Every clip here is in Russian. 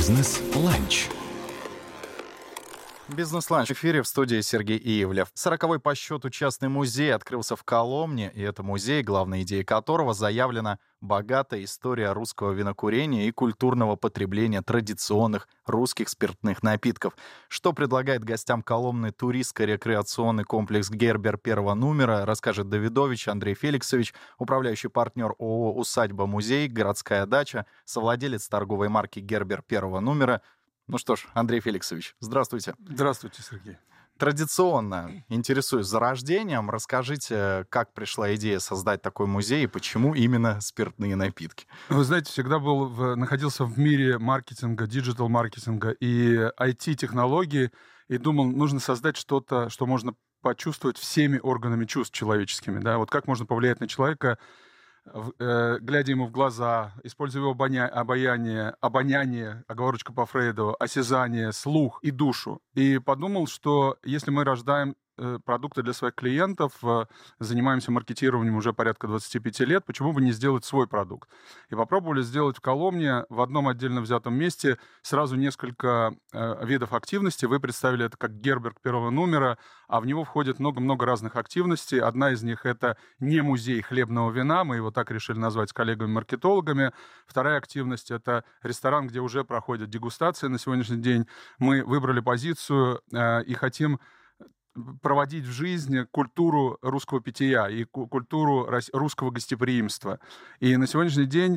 Бизнес-ланч. Бизнес-ланч в эфире, в студии Сергей Иевлев. 40-й по счету частный музей открылся в Коломне, и это музей, главной идеей которого заявлена богатая история русского винокурения и культурного потребления традиционных русских спиртных напитков. Что предлагает гостям Коломны туристско-рекреационный комплекс «Гербер» первого номера, расскажет Давидович Андрей Феликсович, управляющий партнер ООО «Усадьба-музей», «Городская дача», совладелец торговой марки «Гербер» первого номера. Ну что ж, Андрей Феликсович, здравствуйте. Здравствуйте, Сергей. Традиционно интересуюсь зарождением. Расскажите, как пришла идея создать такой музей и почему именно спиртные напитки? Вы знаете, всегда находился в мире маркетинга, диджитал-маркетинга и IT-технологий, и думал, нужно создать что-то, что можно почувствовать всеми органами чувств человеческими. Да? Вот как можно повлиять на человека, глядя ему в глаза, используя его обоняние, оговорочка по Фрейду, осязание, слух и душу. И подумал, что если мы рождаем продукты для своих клиентов, занимаемся маркетированием уже порядка 25 лет, почему бы не сделать свой продукт? И попробовали сделать в Коломне в одном отдельно взятом месте сразу несколько видов активности. Вы представили это как Гербер первого номера, а в него входит много-много разных активностей. Одна из них — это не музей хлебного вина, мы его так решили назвать с коллегами-маркетологами. Вторая активность — это ресторан, где уже проходят дегустации на сегодняшний день. Мы выбрали позицию и хотим проводить в жизни культуру русского питья и культуру русского гостеприимства. И на сегодняшний день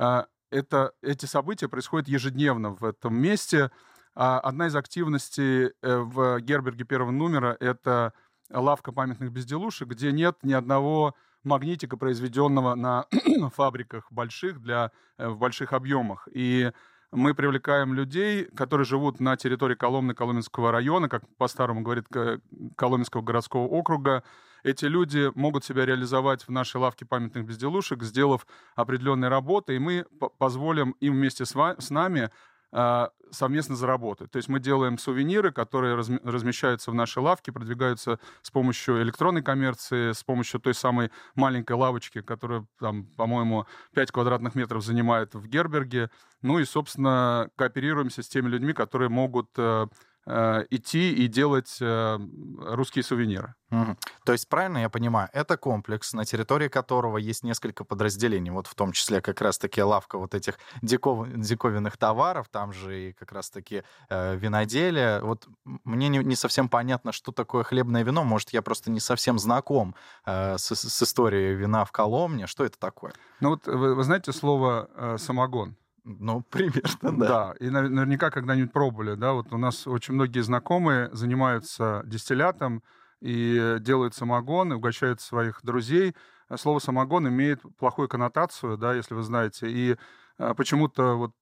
эти события происходят ежедневно в этом месте. Одна из активностей в Герберге первого номера — это лавка памятных безделушек, где нет ни одного магнитика, произведенного на фабриках больших в больших объемах. И мы привлекаем людей, которые живут на территории Коломны, Коломенского района, как по-старому говорит, Коломенского городского округа. Эти люди могут себя реализовать в нашей лавке памятных безделушек, сделав определенные работы, и мы позволим им вместе с нами совместно заработать. То есть мы делаем сувениры, которые размещаются в нашей лавке, продвигаются с помощью электронной коммерции, с помощью той самой маленькой лавочки, которая, там, по-моему, 5 квадратных метров занимает в Герберге. Ну и, собственно, кооперируемся с теми людьми, которые могут идти и делать русские сувениры. Угу. То есть, правильно я понимаю, это комплекс, на территории которого есть несколько подразделений, вот в том числе как раз-таки лавка вот этих диковинных товаров, там же и как раз-таки виноделие. Вот мне не совсем понятно, что такое хлебное вино, может, я просто не совсем знаком с историей вина в Коломне. Что это такое? Ну вот вы знаете слово «самогон»? Ну, примерно, да. Да, и наверняка когда-нибудь пробовали, да, вот у нас очень многие знакомые занимаются дистиллятом и делают самогон, и угощают своих друзей. Слово «самогон» имеет плохую коннотацию, да, если вы знаете, и почему-то вот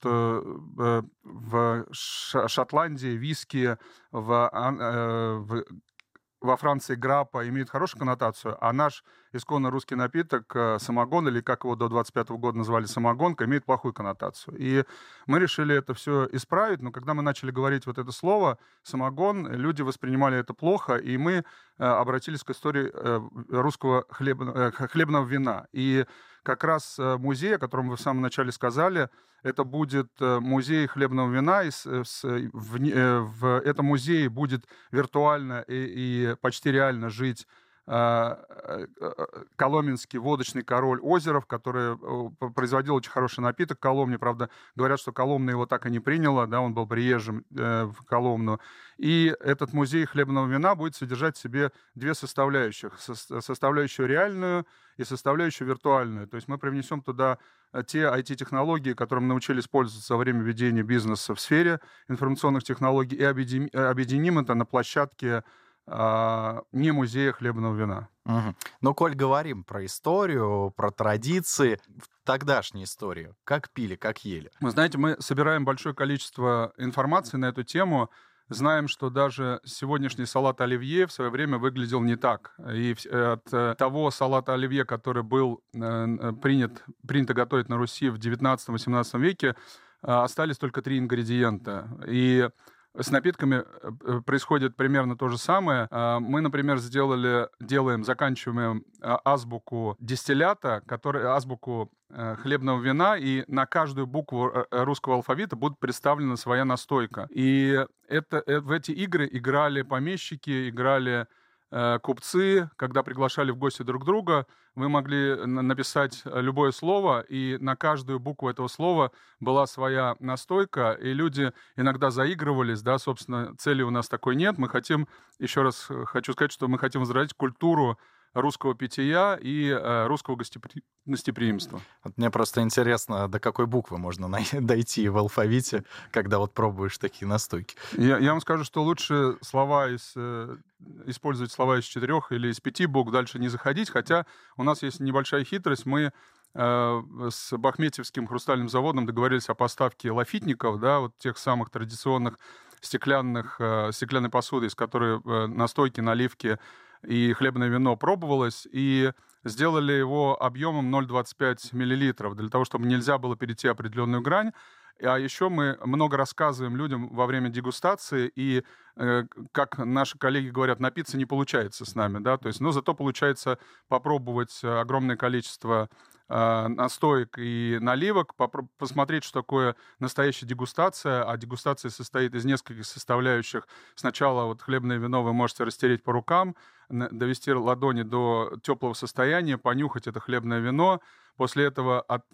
в Шотландии виски, во Франции граппа имеют хорошую коннотацию, а наш исконно русский напиток самогон, или как его до 25 года называли самогонка, имеет плохую коннотацию. И мы решили это все исправить, но когда мы начали говорить вот это слово самогон, люди воспринимали это плохо, и мы обратились к истории русского хлебного вина. И как раз музей, о котором вы в самом начале сказали, это будет музей хлебного вина, и в этом музее будет виртуально и почти реально жить коломенский водочный король Озеров, который производил очень хороший напиток в Коломне. Правда, говорят, что Коломна его так и не приняла, да, он был приезжим в Коломну. И этот музей хлебного вина будет содержать в себе две составляющих. Составляющую реальную и составляющую виртуальную. То есть мы привнесем туда те IT-технологии, которым научились пользоваться во время ведения бизнеса в сфере информационных технологий, и объединим это на площадке не музея хлебного вина. Угу. Ну, коль говорим про историю, про традиции, в тогдашней истории, как пили, как ели? Вы знаете, мы собираем большое количество информации на эту тему, знаем, что даже сегодняшний салат оливье в свое время выглядел не так. И от того салата оливье, который был принято готовить на Руси в 19-18 веке, остались только 3 ингредиента. И С напитками происходит примерно то же самое. Мы, например, заканчиваем азбуку дистиллята, азбуку хлебного вина, и на каждую букву русского алфавита будет представлена своя настойка. И в эти игры играли помещики, играли купцы, когда приглашали в гости друг друга, вы могли написать любое слово, и на каждую букву этого слова была своя настойка, и люди иногда заигрывались, да, собственно, цели у нас такой нет. Еще раз хочу сказать, что мы хотим возродить культуру русского питья и русского гостеприимства. Вот мне просто интересно, до какой буквы можно дойти в алфавите, когда вот пробуешь такие настойки. Я вам скажу, что лучше использовать слова из 4 или из 5 букв, дальше не заходить, хотя у нас есть небольшая хитрость. Мы с Бахметьевским хрустальным заводом договорились о поставке лафитников, да, вот тех самых традиционных стеклянной посуды, из которой настойки, наливки и хлебное вино пробовалось, и сделали его объемом 0,25 мл, для того, чтобы нельзя было перейти определенную грань. А еще мы много рассказываем людям во время дегустации, и, как наши коллеги говорят, напиться не получается с нами, да, то есть, но зато получается попробовать огромное количество настоек и наливок, посмотреть, что такое настоящая дегустация. А дегустация состоит из нескольких составляющих. Сначала вот хлебное вино вы можете растереть по рукам, довести ладони до теплого состояния, понюхать это хлебное вино. После этого от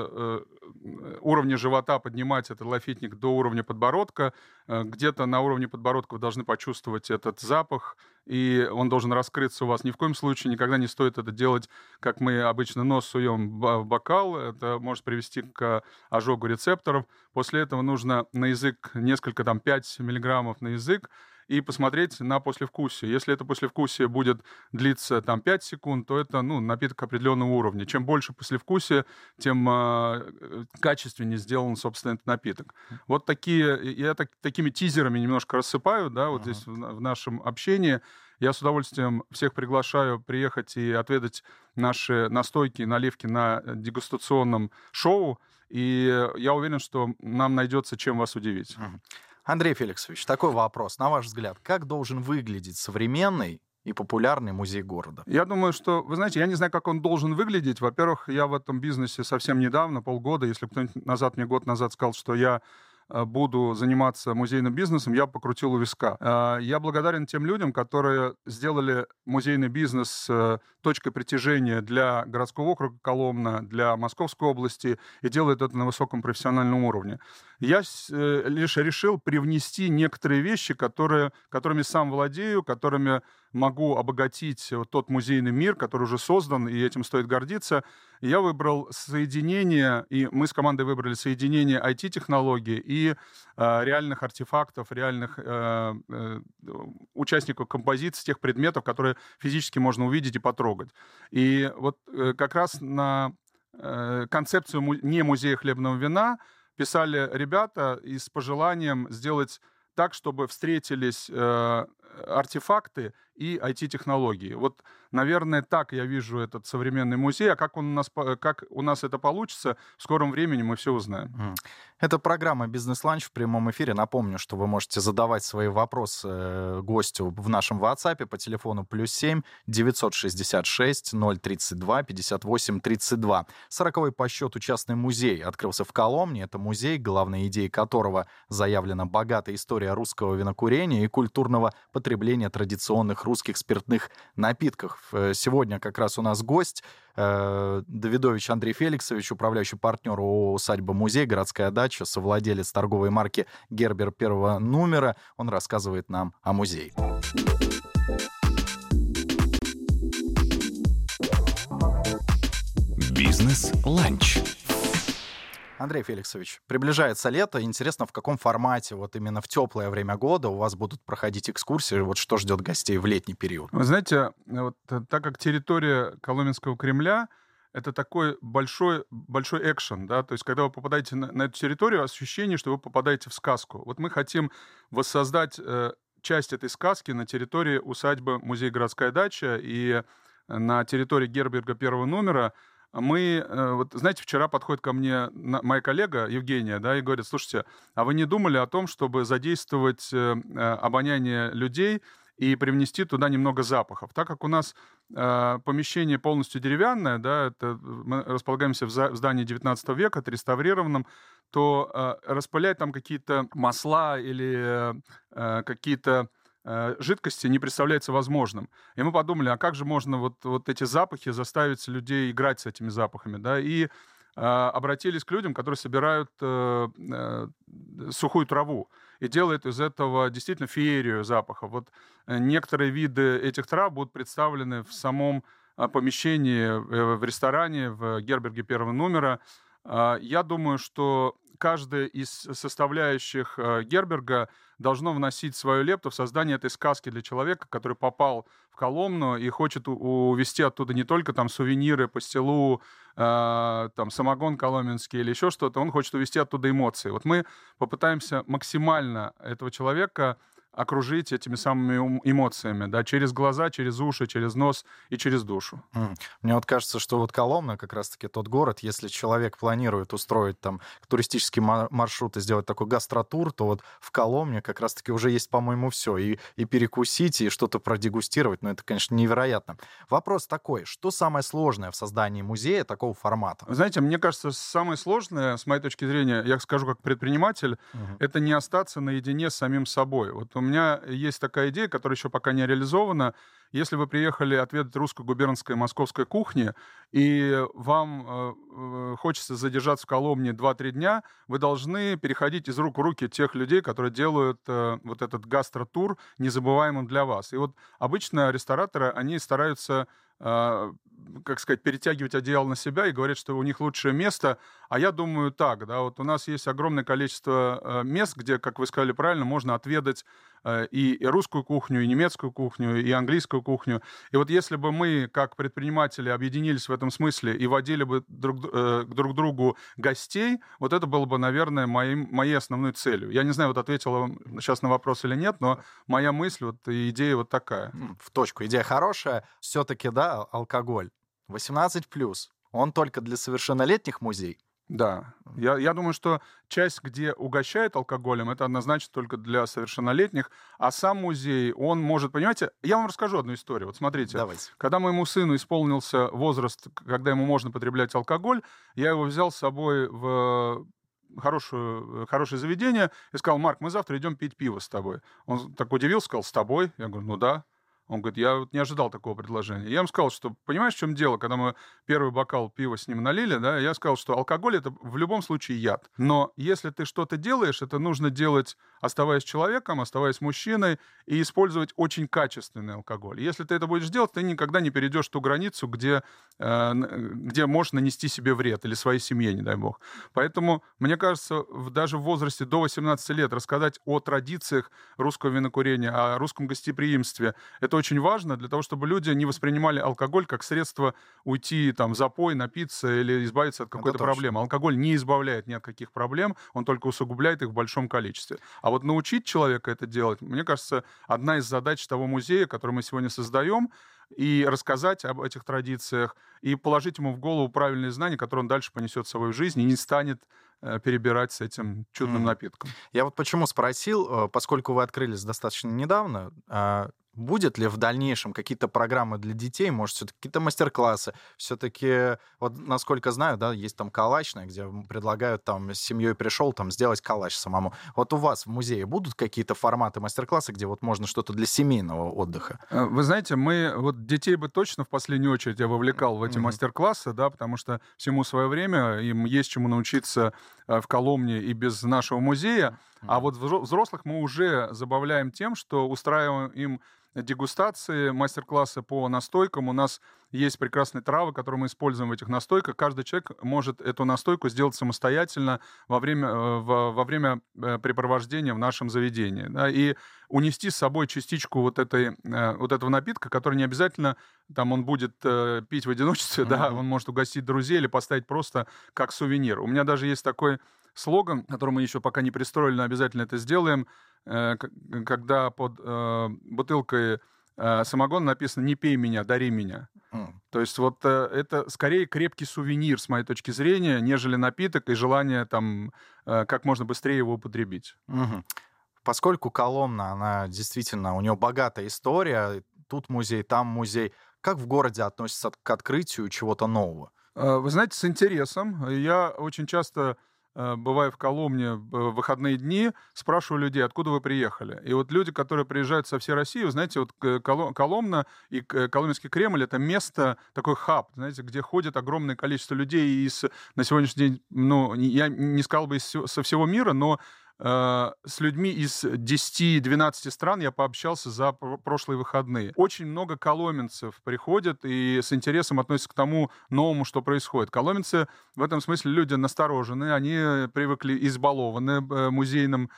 уровня живота поднимать этот лафитник до уровня подбородка. Где-то на уровне подбородка вы должны почувствовать этот запах, и он должен раскрыться у вас. Ни в коем случае никогда не стоит это делать, как мы обычно нос суем в бокал. Это может привести к ожогу рецепторов. После этого нужно на язык несколько, 5 миллиграммов на язык, и посмотреть на послевкусие. Если это послевкусие будет длиться 5 секунд, то это напиток определенного уровня. Чем больше послевкусия, тем качественнее сделан, собственно, этот напиток. Вот такими тизерами немножко рассыпаю, да, вот здесь в нашем общении. Я с удовольствием всех приглашаю приехать и отведать наши настойки и наливки на дегустационном шоу. И я уверен, что нам найдется чем вас удивить. Андрей Феликсович, такой вопрос. На ваш взгляд, как должен выглядеть современный и популярный музей города? Я думаю, что, вы знаете, я не знаю, как он должен выглядеть. Во-первых, я в этом бизнесе совсем недавно, полгода. Если кто-нибудь мне год назад сказал, что я буду заниматься музейным бизнесом, я покрутил у виска. Я благодарен тем людям, которые сделали музейный бизнес точкой притяжения для городского округа Коломна, для Московской области, и делают это на высоком профессиональном уровне. Я лишь решил привнести некоторые вещи, которыми сам владею, которыми могу обогатить тот музейный мир, который уже создан, и этим стоит гордиться. Я выбрал соединение, и мы с командой выбрали соединение IT-технологий и реальных артефактов, реальных участников композиции, тех предметов, которые физически можно увидеть и потрогать. И вот как раз на концепцию не музея хлебного вина писали ребята и с пожеланием сделать так, чтобы встретились артефакты и IT-технологии. Вот, наверное, так я вижу этот современный музей. А как у нас это получится, в скором времени мы все узнаем. Это программа «Бизнес-ланч» в прямом эфире. Напомню, что вы можете задавать свои вопросы гостю в нашем WhatsApp по телефону +7 966 032 58 32. 40-й по счету частный музей открылся в Коломне. Это музей, главной идеей которого заявлена богатая история русского винокурения и культурного потребления традиционных русских спиртных напитков. Сегодня как раз у нас гость Давидович Андрей Феликсович, управляющий партнер ООО «Усадьба-музей», городская дача, совладелец торговой марки «Гербер» первого номера. Он рассказывает нам о музее. Бизнес-ланч. Андрей Феликсович, приближается лето. Интересно, в каком формате, вот именно в теплое время года у вас будут проходить экскурсии? Вот что ждет гостей в летний период? Вы знаете, вот, так как территория Коломенского Кремля — это такой большой экшен, да, то есть когда вы попадаете на эту территорию, ощущение, что вы попадаете в сказку. Вот мы хотим воссоздать часть этой сказки на территории усадьбы музей «Городская дача» и на территории Герберга первого номера. мы, вот знаете, вчера подходит ко мне моя коллега Евгения, да, и говорит: слушайте, а вы не думали о том, чтобы задействовать обоняние людей и привнести туда немного запахов? Так как у нас помещение полностью деревянное, да, мы располагаемся в здании 19 века, отреставрированном, то распылять там какие-то масла или какие-то жидкости не представляется возможным. И мы подумали, а как же можно вот эти запахи заставить людей играть с этими запахами, да, и обратились к людям, которые собирают сухую траву и делают из этого действительно феерию запахов. Вот некоторые виды этих трав будут представлены в самом помещении, в ресторане, в Герберге первого номера. Я думаю, что каждая из составляющих Герберга должно вносить свою лепту в создание этой сказки для человека, который попал в Коломну и хочет увезти оттуда не только там сувениры, пастилу, там самогон коломенский или еще что-то, он хочет увезти оттуда эмоции. Вот мы попытаемся максимально этого человека окружить этими самыми эмоциями, да, через глаза, через уши, через нос и через душу. Мне вот кажется, что вот Коломна как раз-таки тот город, если человек планирует устроить там туристический маршрут и сделать такой гастротур, то вот в Коломне как раз-таки уже есть, по-моему, все. И перекусить, и что-то продегустировать, но это, конечно, невероятно. Вопрос такой, что самое сложное в создании музея такого формата? Знаете, мне кажется, самое сложное, с моей точки зрения, я скажу как предприниматель, это не остаться наедине с самим собой. Вот у меня есть такая идея, которая еще пока не реализована. Если вы приехали отведать русской губернской и московской кухни, и вам хочется задержаться в Коломне 2-3 дня, вы должны переходить из рук в руки тех людей, которые делают вот этот гастротур незабываемым для вас. И вот обычно рестораторы, они стараются как сказать, перетягивать одеяло на себя и говорят, что у них лучшее место. А я думаю так, да, вот у нас есть огромное количество мест, где, как вы сказали правильно, можно отведать и русскую кухню, и немецкую кухню, и английскую кухню. И вот если бы мы, как предприниматели, объединились в этом смысле и водили бы друг к другу гостей, вот это было бы, наверное, моей основной целью. Я не знаю, вот ответила вам сейчас на вопрос или нет, но моя мысль, вот и идея вот такая. В точку. Идея хорошая. Все-таки, да, алкоголь. 18+. Он только для совершеннолетних музей? Да. Я думаю, что часть, где угощают алкоголем, это однозначно только для совершеннолетних. А сам музей, он может... Понимаете, я вам расскажу одну историю. Вот смотрите. Давайте. Когда моему сыну исполнился возраст, когда ему можно потреблять алкоголь, я его взял с собой в хорошее заведение и сказал: Марк, мы завтра идем пить пиво с тобой. Он так удивился, сказал: с тобой? Я говорю: ну да. Он говорит: я вот не ожидал такого предложения. Я ему сказал, что, понимаешь, в чем дело, когда мы первый бокал пива с ним налили, да, я сказал, что алкоголь — это в любом случае яд. Но если ты что-то делаешь, это нужно делать, оставаясь человеком, оставаясь мужчиной, и использовать очень качественный алкоголь. Если ты это будешь делать, ты никогда не перейдешь ту границу, где можешь нанести себе вред или своей семье, не дай бог. Поэтому, мне кажется, даже в возрасте до 18 лет рассказать о традициях русского винокурения, о русском гостеприимстве — это очень важно для того, чтобы люди не воспринимали алкоголь как средство уйти там в запой, напиться или избавиться от какой-то проблемы. Алкоголь не избавляет ни от каких проблем, он только усугубляет их в большом количестве. А вот научить человека это делать, мне кажется, одна из задач того музея, который мы сегодня создаем, и рассказать об этих традициях, и положить ему в голову правильные знания, которые он дальше понесет с собой в жизнь и не станет перебирать с этим чудным напитком. Я вот почему спросил, поскольку вы открылись достаточно недавно, будет ли в дальнейшем какие-то программы для детей, может, все-таки какие-то мастер-классы? Все-таки, вот насколько знаю, да, есть там калачная, где предлагают там с семьей пришел, там сделать калач самому. Вот у вас в музее будут какие-то форматы мастер-класса, где вот можно что-то для семейного отдыха? Вы знаете, мы вот детей бы точно в последнюю очередь я вовлекал в эти мастер-классы, да, потому что всему свое время, им есть чему научиться в Коломне и без нашего музея. А вот взрослых мы уже забавляем тем, что устраиваем им дегустации, мастер-классы по настойкам. У нас есть прекрасные травы, которые мы используем в этих настойках. Каждый человек может эту настойку сделать самостоятельно во время препровождения в нашем заведении. Да, и унести с собой частичку вот этого напитка, который не обязательно там он будет пить в одиночестве, да, он может угостить друзей или поставить просто как сувенир. У меня даже есть такой слоган, который мы еще пока не пристроили, но обязательно это сделаем, когда под бутылкой самогон написано «Не пей меня, дари меня». То есть вот это скорее крепкий сувенир, с моей точки зрения, нежели напиток и желание там как можно быстрее его употребить. Мгм. Поскольку Коломна, она действительно, у нее богатая история, тут музей, там музей, как в городе относятся к открытию чего-то нового? Вы знаете, с интересом. Я очень часто, бывая в Коломне в выходные дни, спрашиваю людей, откуда вы приехали. И вот люди, которые приезжают со всей России, вы знаете, вот Коломна и Коломенский Кремль — это место, такой хаб, знаете, где ходит огромное количество людей на сегодняшний день, ну, я не сказал бы со всего мира, но с людьми из 10-12 стран я пообщался за прошлые выходные. Очень много коломенцев приходят и с интересом относятся к тому новому, что происходит. Коломенцы в этом смысле люди настороженные, они привыкли, избалованы музейным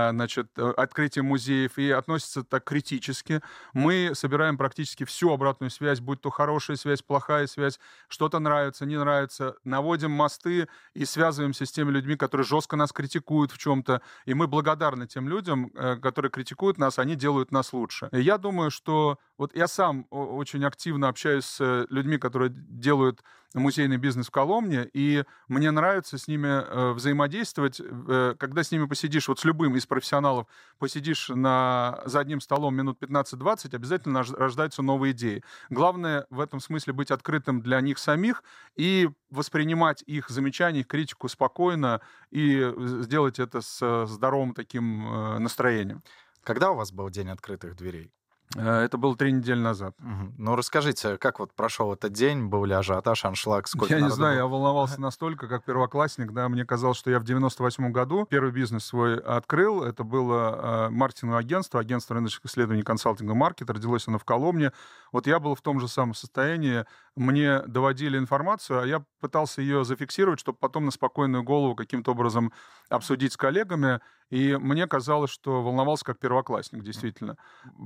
открытием музеев и относятся так критически. Мы собираем практически всю обратную связь, будь то хорошая связь, плохая связь, что-то нравится, не нравится. Наводим мосты и связываемся с теми людьми, которые жестко нас критикуют в чем-то. И мы благодарны тем людям, которые критикуют нас, они делают нас лучше. И я думаю, что вот я сам очень активно общаюсь с людьми, которые делают музейный бизнес в Коломне, и мне нравится с ними взаимодействовать. Когда с ними посидишь, вот с любым из профессионалов, посидишь за одним столом минут 15-20, обязательно рождаются новые идеи. Главное в этом смысле быть открытым для них самих и воспринимать их замечания, их критику спокойно и сделать это с здоровым таким настроением. Когда у вас был день открытых дверей? Это было 3 недели назад. Ну, расскажите, как вот прошел этот день? Был ли ажиотаж, аншлаг? Сколько Я не народу знаю, было? я волновался настолько, как первоклассник, да, мне казалось, что я в 98 году первый бизнес свой открыл, это было маркетинговое агентство рыночных исследований консалтинга маркет, родилось оно в Коломне. Вот я был в том же самом состоянии, мне доводили информацию, а я пытался ее зафиксировать, чтобы потом на спокойную голову каким-то образом обсудить с коллегами, и мне казалось, что волновался как первоклассник, действительно.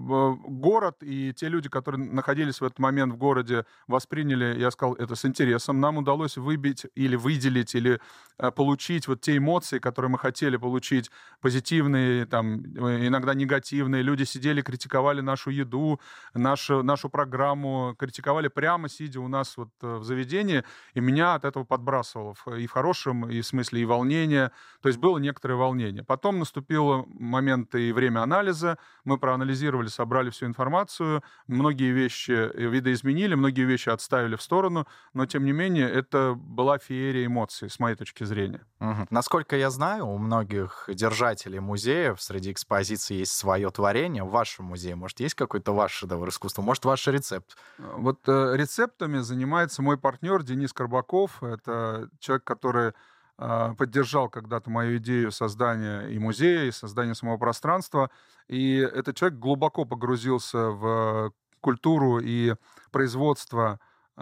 Город и те люди, которые находились в этот момент в городе, восприняли, я сказал, это с интересом. Нам удалось выбить или выделить, или получить вот те эмоции, которые мы хотели получить, позитивные, там, иногда негативные. Люди сидели, критиковали нашу еду, нашу программу, критиковали прямо сидя у нас вот в заведении, и меня от этого подбрасывало и в хорошем и в смысле и волнение. То есть было некоторое волнение. Потом наступил момент и время анализа. Мы проанализировали, собрали всю информацию. Многие вещи видоизменили, многие вещи отставили в сторону, но, тем не менее, это была феерия эмоций, с моей точки зрения. Насколько я знаю, у многих держателей музеев среди экспозиций есть свое творение. В вашем музее, может, есть какой-то ваш шедевр искусства? Может, ваш рецепт? Вот рецептами занимается мой партнер Денис Карбаков. Это человек, который поддержал когда-то мою идею создания и музея, и создания самого пространства. И этот человек глубоко погрузился в культуру и производство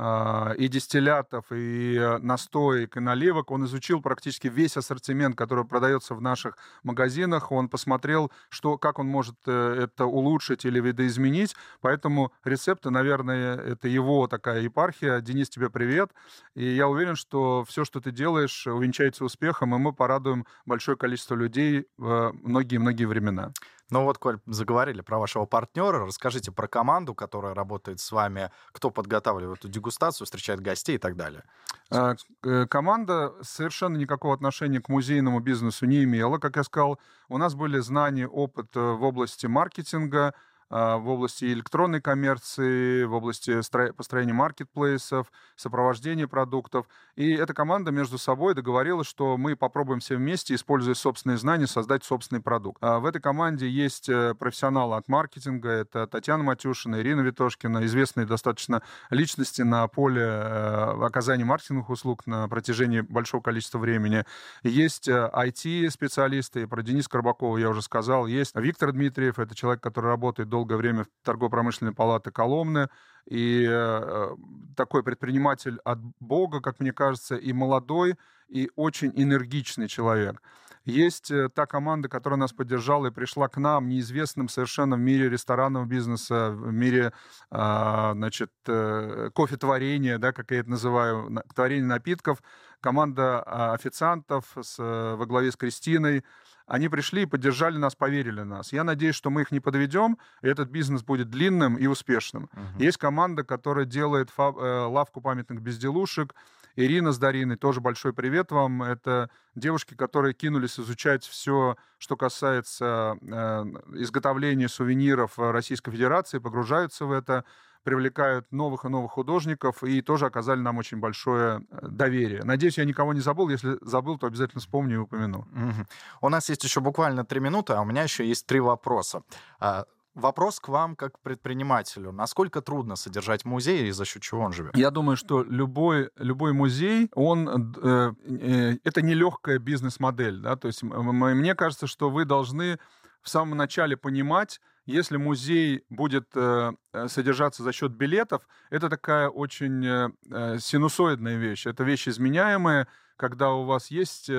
и дистиллятов, и настоек, и наливок. Он изучил практически весь ассортимент, который продается в наших магазинах. Он посмотрел, как он может это улучшить или видоизменить. Поэтому рецепты, наверное, это его такая епархия. Денис, тебе привет. И я уверен, что все, что ты делаешь, увенчается успехом, и мы порадуем большое количество людей в многие-многие времена. Ну вот, коль заговорили про вашего партнера, расскажите про команду, которая работает с вами, кто подготавливает эту дегустацию, встречает гостей и так далее. Команда совершенно никакого отношения к музейному бизнесу не имела. Как я сказал, у нас были знания, опыт в области маркетинга, в области электронной коммерции, в области построения маркетплейсов, сопровождения продуктов. И эта команда между собой договорилась, что мы попробуем все вместе, используя собственные знания, создать собственный продукт. В этой команде есть профессионалы от маркетинга. Это Татьяна Матюшина, Ирина Витошкина, известные достаточно личности на поле оказания маркетинговых услуг на протяжении большого количества времени. Есть IT-специалисты, про Дениса Карбакова я уже сказал. Есть Виктор Дмитриев, это человек, который работает долгое время в торгово-промышленной палате Коломны, и такой предприниматель от Бога, как мне кажется, и молодой, и очень энергичный человек. Есть та команда, которая нас поддержала и пришла к нам, неизвестным совершенно в мире ресторанного бизнеса, в мире кофетворения, да, как я это называю, творения напитков. команда официантов во главе с Кристиной. Они пришли и поддержали нас, поверили в нас. Я надеюсь, что мы их не подведем, и этот бизнес будет длинным и успешным. Есть команда, которая делает лавку памятных безделушек. Ирина с Дариной, тоже большой привет вам. Это девушки, которые кинулись изучать все, что касается изготовления сувениров Российской Федерации, погружаются в это, привлекают новых и новых художников и тоже оказали нам очень большое доверие. Надеюсь, я никого не забыл. Если забыл, то обязательно вспомню и упомяну. У нас есть еще буквально 3 минуты, а у меня еще есть 3 вопроса. Вопрос к вам как к предпринимателю. Насколько трудно содержать музей и за счет чего он живет? Я думаю, что любой музей, это нелегкая бизнес-модель. Да? То есть мне кажется, что вы должны в самом начале понимать, если музей будет содержаться за счет билетов, это такая очень синусоидная вещь. Это вещь изменяемая, когда у вас есть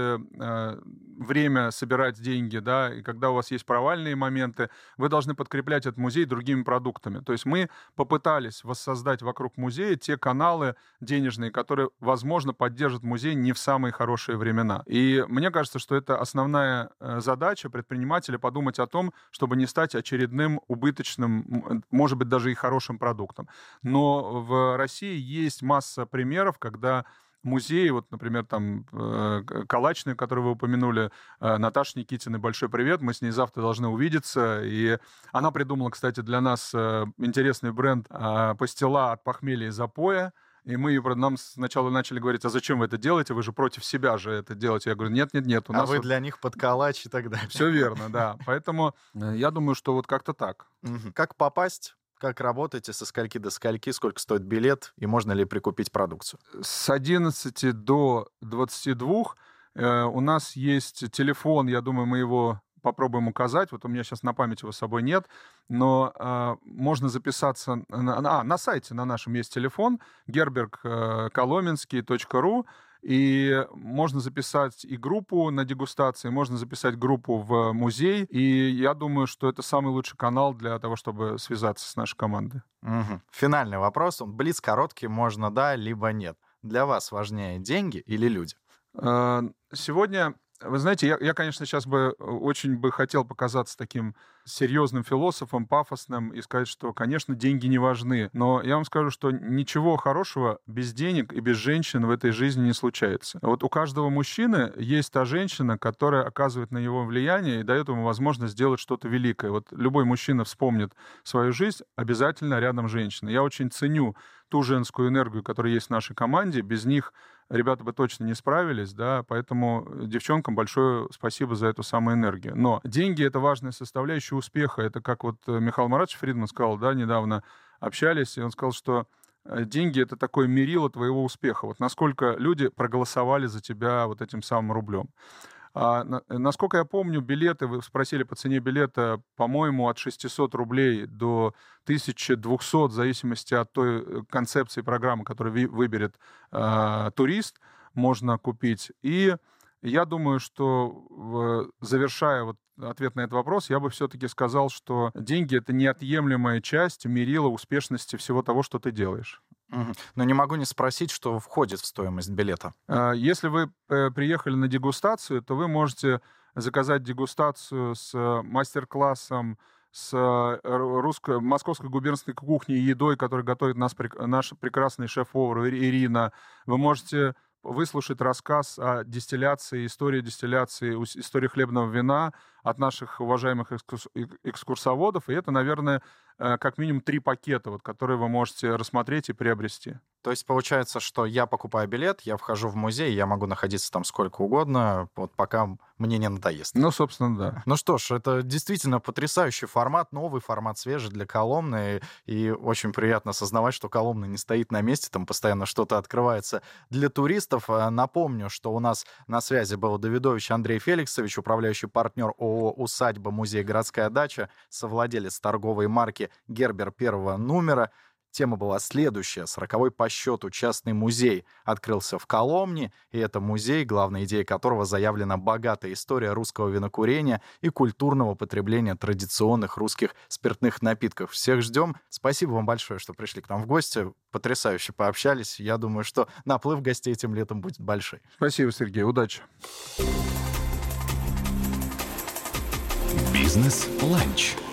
время собирать деньги, да, и когда у вас есть провальные моменты, вы должны подкреплять этот музей другими продуктами. То есть мы попытались воссоздать вокруг музея те каналы денежные, которые, возможно, поддержат музей не в самые хорошие времена. И мне кажется, что это основная задача предпринимателя — подумать о том, чтобы не стать очередным убыточным, может быть, даже и хорошим продуктом. Но в России есть масса примеров, когда музеи, вот, например, там Калачная, которую вы упомянули, Наташа Никитиной, большой привет, мы с ней завтра должны увидеться, и она придумала, кстати, для нас интересный бренд пастила от похмелья и запоя, и нам сначала начали говорить, а зачем вы это делаете, вы же против себя же это делаете. Я говорю, нет, у нас вы для них под калач и так далее. Все верно, да, поэтому я думаю, что вот как-то так. Как попасть? Как работаете, со скольки до скольки, сколько стоит билет и можно ли прикупить продукцию? С 11 до 22 у нас есть телефон, я думаю, мы его попробуем указать. Вот у меня сейчас на память его с собой нет, но можно записаться на сайте на нашем есть телефон gerberg-коломенский.ру. И можно записать и группу на дегустации, можно записать группу в музей. И я думаю, что это самый лучший канал для того, чтобы связаться с нашей командой. Финальный вопрос. Он блиц короткий, можно да, либо нет. Для вас важнее деньги или люди? Сегодня, вы знаете, я, конечно, сейчас очень бы хотел показаться таким серьезным философом, пафосным, и сказать, что, конечно, деньги не важны. Но я вам скажу, что ничего хорошего без денег и без женщин в этой жизни не случается. Вот у каждого мужчины есть та женщина, которая оказывает на него влияние и дает ему возможность сделать что-то великое. Вот любой мужчина вспомнит свою жизнь, обязательно рядом женщина. Я очень ценю ту женскую энергию, которая есть в нашей команде. Без них ребята бы точно не справились, да, поэтому девчонкам большое спасибо за эту самую энергию. Но деньги — это важная составляющая успеха. Это как вот Михаил Маратович Фридман сказал, да, недавно общались, и он сказал, что деньги — это такое мерило твоего успеха. Вот насколько люди проголосовали за тебя вот этим самым рублем. Насколько я помню, билеты, вы спросили по цене билета, по-моему, от 600 рублей до 1200, в зависимости от той концепции программы, которую выберет турист, можно купить. И я думаю, что, завершая вот ответ на этот вопрос, я бы все-таки сказал, что деньги — это неотъемлемая часть мерила успешности всего того, что ты делаешь. Но не могу не спросить, что входит в стоимость билета. Если вы приехали на дегустацию, то вы можете заказать дегустацию с мастер-классом, с московской губернской кухней и едой, которую готовит наш прекрасный шеф-повар Ирина. Вы можете выслушать рассказ о дистилляции, истории дистилляции, истории хлебного вина от наших уважаемых экскурсоводов. И это, наверное, как минимум 3 пакета, вот, которые вы можете рассмотреть и приобрести. То есть получается, что я покупаю билет, я вхожу в музей, я могу находиться там сколько угодно, вот пока мне не надоест. Ну, собственно, да. Ну что ж, это действительно потрясающий формат, новый формат, свежий для Коломны, и очень приятно осознавать, что Коломна не стоит на месте, там постоянно что-то открывается для туристов. Напомню, что у нас на связи был Давидович Андрей Феликсович, управляющий партнер ООО «Усадьба, музей, городская дача», совладелец торговой марки «Гербер» первого номера. Тема была следующая. 40-й по счету частный музей открылся в Коломне, и это музей, главной идеей которого заявлена богатая история русского винокурения и культурного потребления традиционных русских спиртных напитков. Всех ждем. Спасибо вам большое, что пришли к нам в гости. Потрясающе пообщались. Я думаю, что наплыв гостей этим летом будет большой. Спасибо, Сергей. Удачи. Бизнес-ланч.